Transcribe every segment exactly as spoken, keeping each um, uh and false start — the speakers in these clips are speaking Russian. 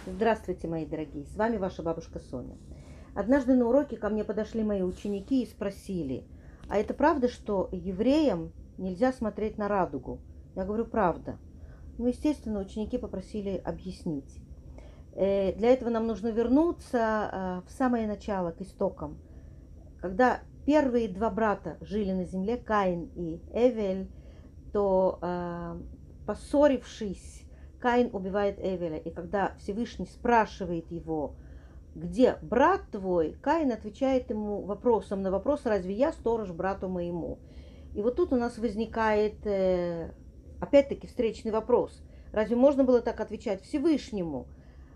Здравствуйте, мои дорогие, с вами ваша бабушка Соня. Однажды на уроке ко мне подошли мои ученики и спросили: а это правда, что евреям нельзя смотреть на радугу? Я говорю: правда. Ну, естественно, ученики попросили объяснить. Э, Для этого нам нужно вернуться э, в самое начало, к истокам. Когда первые два брата жили на земле, Каин и Эвель, то, э, поссорившись, Каин убивает Эвеля. И когда Всевышний спрашивает его: где брат твой, Каин отвечает ему вопросом на вопрос: разве я сторож брату моему? И вот тут у нас возникает, э, опять-таки, встречный вопрос. Разве можно было так отвечать Всевышнему?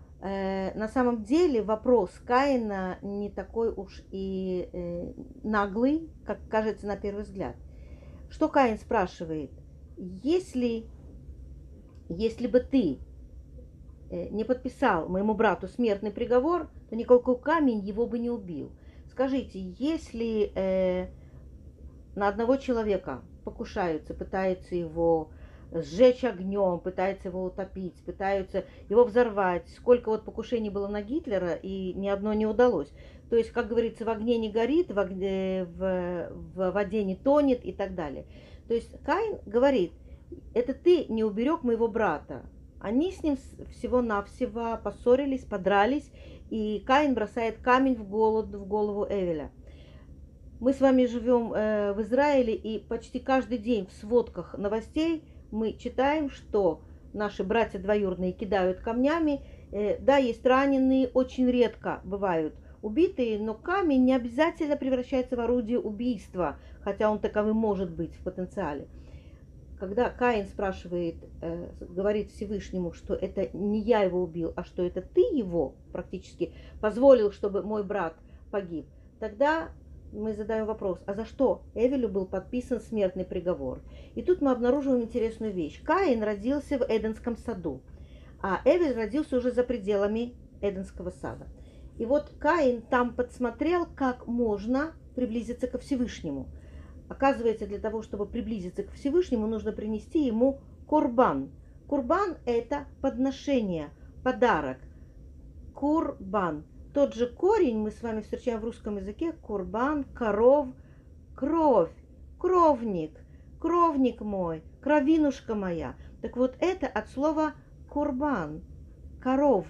Э, на самом деле вопрос Каина не такой уж и э, наглый, как кажется на первый взгляд. Что Каин спрашивает? Если, если бы ты э, не подписал моему брату смертный приговор, то никакой камень его бы не убил. Скажите, если э, на одного человека покушаются, пытаются его сжечь огнем, пытаются его утопить, пытаются его взорвать. Сколько вот покушений было на Гитлера, и ни одно не удалось. То есть, как говорится, в огне не горит, в, огне, в, в воде не тонет и так далее. То есть Каин говорит: это ты не уберег моего брата. Они с ним всего-навсего поссорились, подрались, и Каин бросает камень в голову, в голову Эвеля. Мы с вами живем э, в Израиле, и почти каждый день в сводках новостей мы читаем, что наши братья двоюродные кидают камнями. Э, да, есть раненые, очень редко бывают убитые, но камень не обязательно превращается в орудие убийства, хотя он таковым может быть в потенциале. Когда Каин спрашивает, э, говорит Всевышнему, что это не я его убил, а что это ты его практически позволил, чтобы мой брат погиб, тогда мы задаем вопрос: а за что Эвелю был подписан смертный приговор? И тут мы обнаруживаем интересную вещь. Каин родился в Эденском саду, а Эвель родился уже за пределами Эденского сада. И вот Каин там подсмотрел, как можно приблизиться ко Всевышнему. Оказывается, для того, чтобы приблизиться к Всевышнему, нужно принести ему курбан. Курбан – это подношение, подарок. Курбан. Тот же корень мы с вами встречаем в русском языке: курбан, коров, кровь, кровник, кровник мой, кровинушка моя. Так вот, это от слова курбан, коров.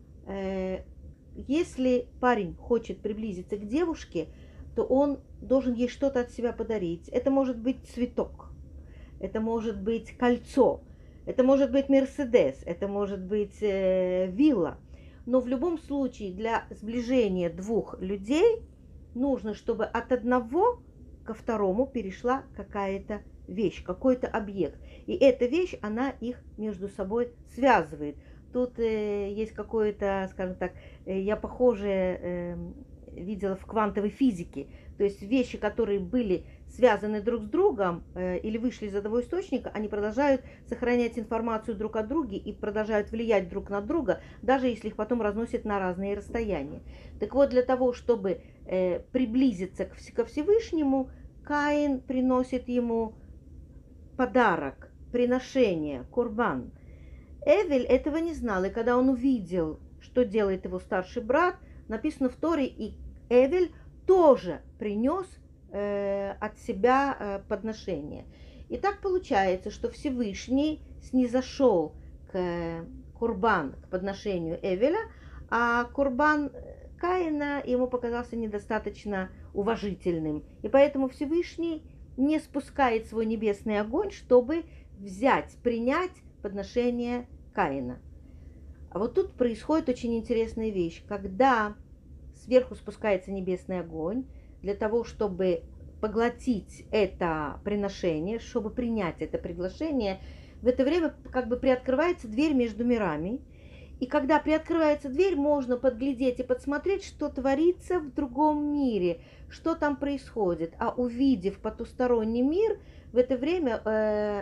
Если парень хочет приблизиться к девушке, то он должен ей что-то от себя подарить. Это может быть цветок, это может быть кольцо, это может быть Мерседес, это может быть э, вилла. Но в любом случае для сближения двух людей нужно, чтобы от одного ко второму перешла какая-то вещь, какой-то объект. И эта вещь, она их между собой связывает. Тут э, есть какое-то, скажем так, э, я похожее э, видела в квантовой физике. То есть вещи, которые были связаны друг с другом э, или вышли из одного источника, они продолжают сохранять информацию друг от друга и продолжают влиять друг на друга, даже если их потом разносят на разные расстояния. Так вот, для того, чтобы э, приблизиться к, ко Всевышнему, Каин приносит ему подарок, приношение, курбан. Эвель этого не знал, и когда он увидел, что делает его старший брат, написано в Торе, и Эвель тоже принес э, от себя э, подношение. И так получается, что Всевышний снизошел к э, курбан, к подношению Эвеля, а курбан Каина ему показался недостаточно уважительным. И поэтому Всевышний не спускает свой небесный огонь, чтобы взять, принять подношение Каина. А вот тут происходит очень интересная вещь. Когда сверху спускается небесный огонь, для того, чтобы поглотить это приношение, чтобы принять это приглашение, в это время как бы приоткрывается дверь между мирами. И когда приоткрывается дверь, можно подглядеть и подсмотреть, что творится в другом мире, что там происходит. А увидев потусторонний мир, в это время э,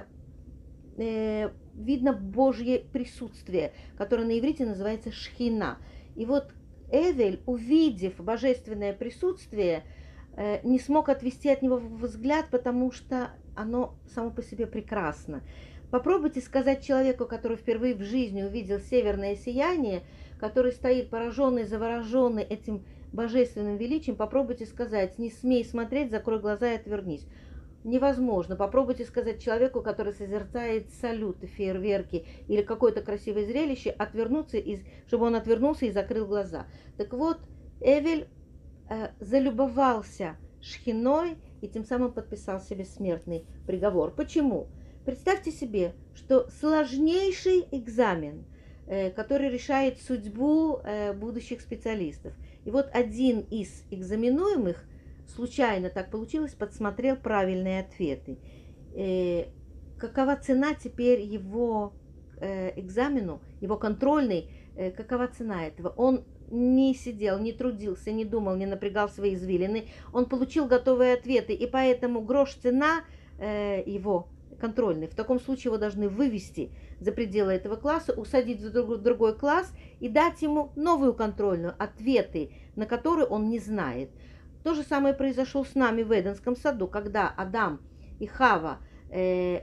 э, видно Божье присутствие, которое на иврите называется шхина. И вот Эвель, увидев божественное присутствие, э, не смог отвести от него взгляд, потому что оно само по себе прекрасно. Попробуйте сказать человеку, который впервые в жизни увидел северное сияние, который стоит пораженный, завороженный этим божественным величием, попробуйте сказать: не смей смотреть, закрой глаза и отвернись. Невозможно. Попробуйте сказать человеку, который созерцает салюты, фейерверки или какое-то красивое зрелище, отвернуться, и, чтобы он отвернулся и закрыл глаза. Так вот, Эвель э, залюбовался шхиной и тем самым подписал себе смертный приговор. Почему? Представьте себе, что сложнейший экзамен, э, который решает судьбу э, будущих специалистов. И вот один из экзаменуемых, случайно так получилось, подсмотрел правильные ответы. Э, какова цена теперь его э, экзамену, его контрольный, э, какова цена этого? Он не сидел, не трудился, не думал, не напрягал свои извилины. Он получил готовые ответы, и поэтому грош цена э, его контрольный. В таком случае его должны вывести за пределы этого класса, усадить в другой, другой класс и дать ему новую контрольную, ответы, на которые он не знает. То же самое произошло с нами в Эденском саду, когда Адам и Хава э,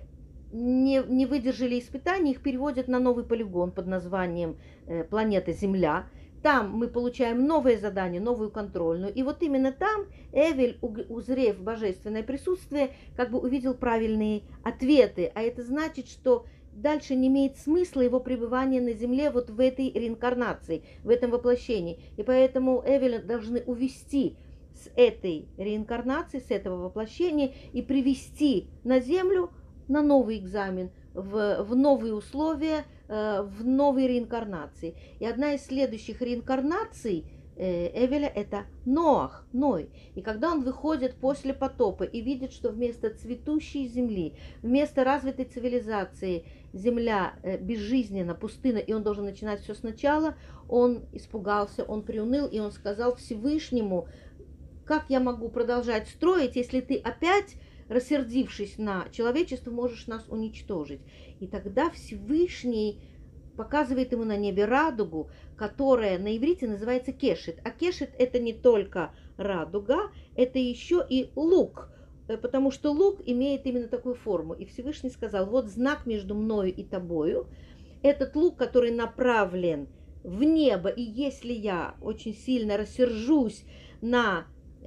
не, не выдержали испытаний, их переводят на новый полигон под названием э, планета Земля. Там мы получаем новое задание, новую контрольную. И вот именно там Эвель, узрев божественное присутствие, как бы увидел правильные ответы. А это значит, что дальше не имеет смысла его пребывание на земле вот в этой реинкарнации, в этом воплощении. И поэтому Эвеля должны увести с этой реинкарнации, с этого воплощения и привести на землю на новый экзамен, в, в новые условия, э, в новые реинкарнации. И одна из следующих реинкарнаций э, Эвеля – это Ноах, Ной. И когда он выходит после потопа и видит, что вместо цветущей земли, вместо развитой цивилизации земля э, безжизненна, пустына, и он должен начинать все сначала, он испугался, он приуныл, и он сказал Всевышнему: как я могу продолжать строить, если ты опять, рассердившись на человечество, можешь нас уничтожить? И тогда Всевышний показывает ему на небе радугу, которая на иврите называется кешет. А кешет – это не только радуга, это еще и лук, потому что лук имеет именно такую форму. И Всевышний сказал: вот знак между мною и тобою, этот лук, который направлен в небо, и если я очень сильно рассержусь на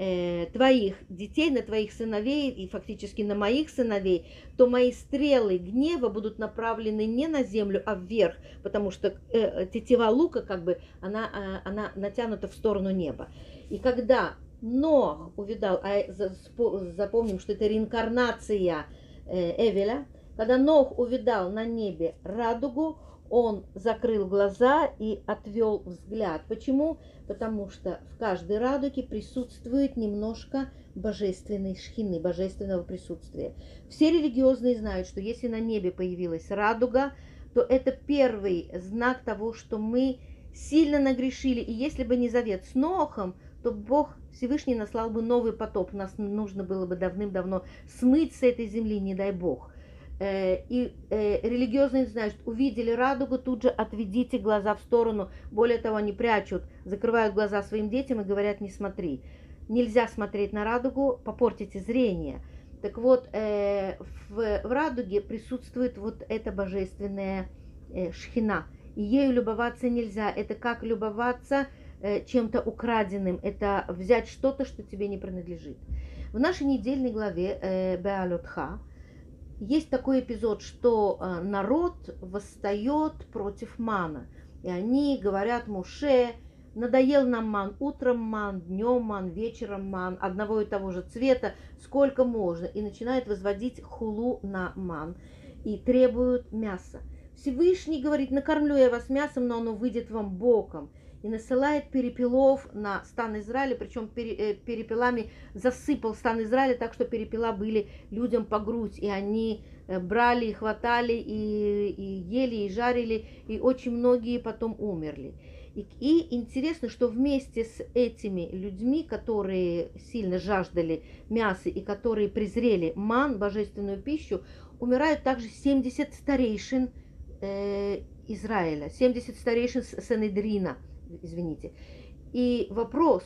твоих детей, на твоих сыновей и фактически на моих сыновей, то мои стрелы гнева будут направлены не на землю, а вверх, потому что э, тетива лука, как бы, она, э, она натянута в сторону неба. И когда Ноах увидал, а запомним, что это реинкарнация э, Эвеля, когда Ноах увидал на небе радугу, он закрыл глаза и отвел взгляд. Почему? Потому что в каждой радуге присутствует немножко божественной шхины, божественного присутствия. Все религиозные знают, что если на небе появилась радуга, то это первый знак того, что мы сильно нагрешили. И если бы не завет с Ноахом, то Бог Всевышний наслал бы новый потоп. Нас нужно было бы давным-давно смыть с этой земли, не дай Бог. И э, религиозные знают, что увидели радугу, тут же отведите глаза в сторону. Более того, они прячут, закрывают глаза своим детям и говорят: не смотри. Нельзя смотреть на радугу, попортите зрение. Так вот, э, в, в радуге присутствует вот эта божественная э, шхина. И ею любоваться нельзя. Это как любоваться э, чем-то украденным. Это взять что-то, что тебе не принадлежит. В нашей недельной главе э, Беалотха есть такой эпизод, что народ восстает против мана. И они говорят Моше: надоел нам ман, утром ман, днем ман, вечером ман, одного и того же цвета, сколько можно. И начинают возводить хулу на ман. И требуют мяса. Всевышний говорит: накормлю я вас мясом, но оно выйдет вам боком. И насылает перепелов на стан Израиля, причем перепелами засыпал стан Израиля, так что перепела были людям по грудь, и они брали и хватали, и, и ели, и жарили, и очень многие потом умерли. И, и интересно, что вместе с этими людьми, которые сильно жаждали мяса и которые презрели ман, божественную пищу, умирают также семьдесят старейшин э, Израиля, семьдесят старейшин Санедрина. Извините. И вопрос,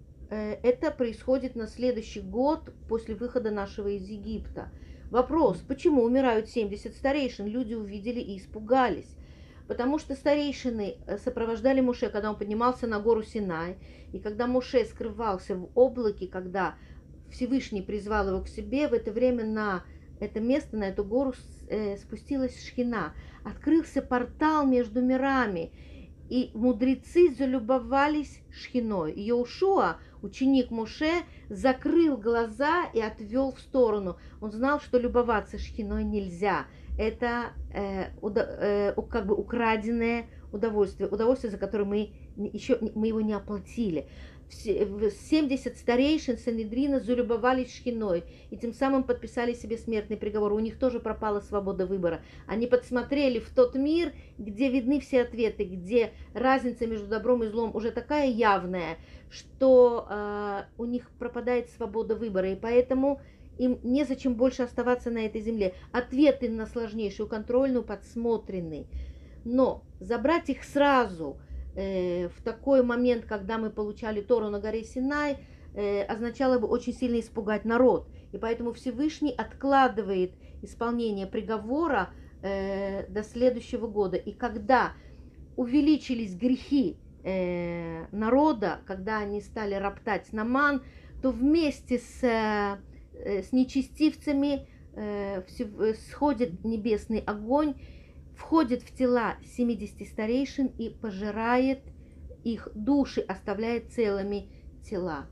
это происходит на следующий год после выхода нашего из Египта. Вопрос, почему умирают семьдесят старейшин? Люди увидели и испугались. Потому что старейшины сопровождали Моше, когда он поднимался на гору Синай, и когда Моше скрывался в облаке, когда Всевышний призвал его к себе, в это время на это место, на эту гору спустилась Шхина. Открылся портал между мирами, и мудрецы залюбовались Шхиной. Йеушуа, ученик Моше, закрыл глаза и отвел в сторону. Он знал, что любоваться Шхиной нельзя. Это э, э, как бы украденное удовольствие, удовольствие, за которое мы еще мы его не оплатили. семьдесят старейшин Санедрина залюбовались Шхиной и тем самым подписали себе смертный приговор. У них тоже пропала свобода выбора. Они подсмотрели в тот мир, где видны все ответы, где разница между добром и злом уже такая явная, что э, у них пропадает свобода выбора, и поэтому им незачем больше оставаться на этой земле. Ответы на сложнейшую контрольную подсмотрены. Но забрать их сразу э, в такой момент, когда мы получали Тору на горе Синай, э, означало бы очень сильно испугать народ. И поэтому Всевышний откладывает исполнение приговора э, до следующего года. И когда увеличились грехи э, народа, когда они стали роптать на ман, то вместе с... Э, с нечестивцами э, сходит небесный огонь, входит в тела семидесяти старейшин и пожирает их души, оставляя целыми тела.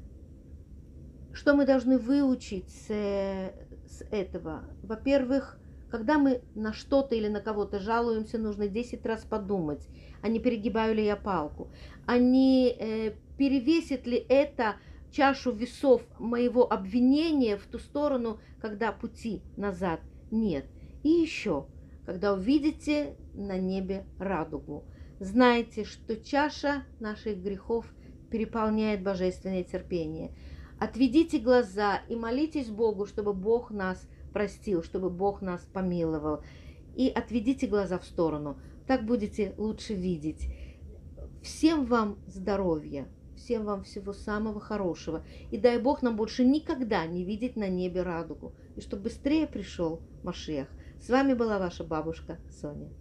Что мы должны выучить с, с этого? Во-первых, когда мы на что-то или на кого-то жалуемся, нужно десять раз подумать, а не перегибаю ли я палку, а не э, перевесит ли это чашу весов моего обвинения в ту сторону, когда пути назад нет. И еще, когда увидите на небе радугу, знайте, что чаша наших грехов переполняет божественное терпение. Отведите глаза и молитесь Богу, чтобы Бог нас простил, чтобы Бог нас помиловал. И отведите глаза в сторону, так будете лучше видеть. Всем вам здоровья! Всем вам всего самого хорошего. И дай Бог нам больше никогда не видеть на небе радугу. И чтобы быстрее пришел Машиах. С вами была ваша бабушка Соня.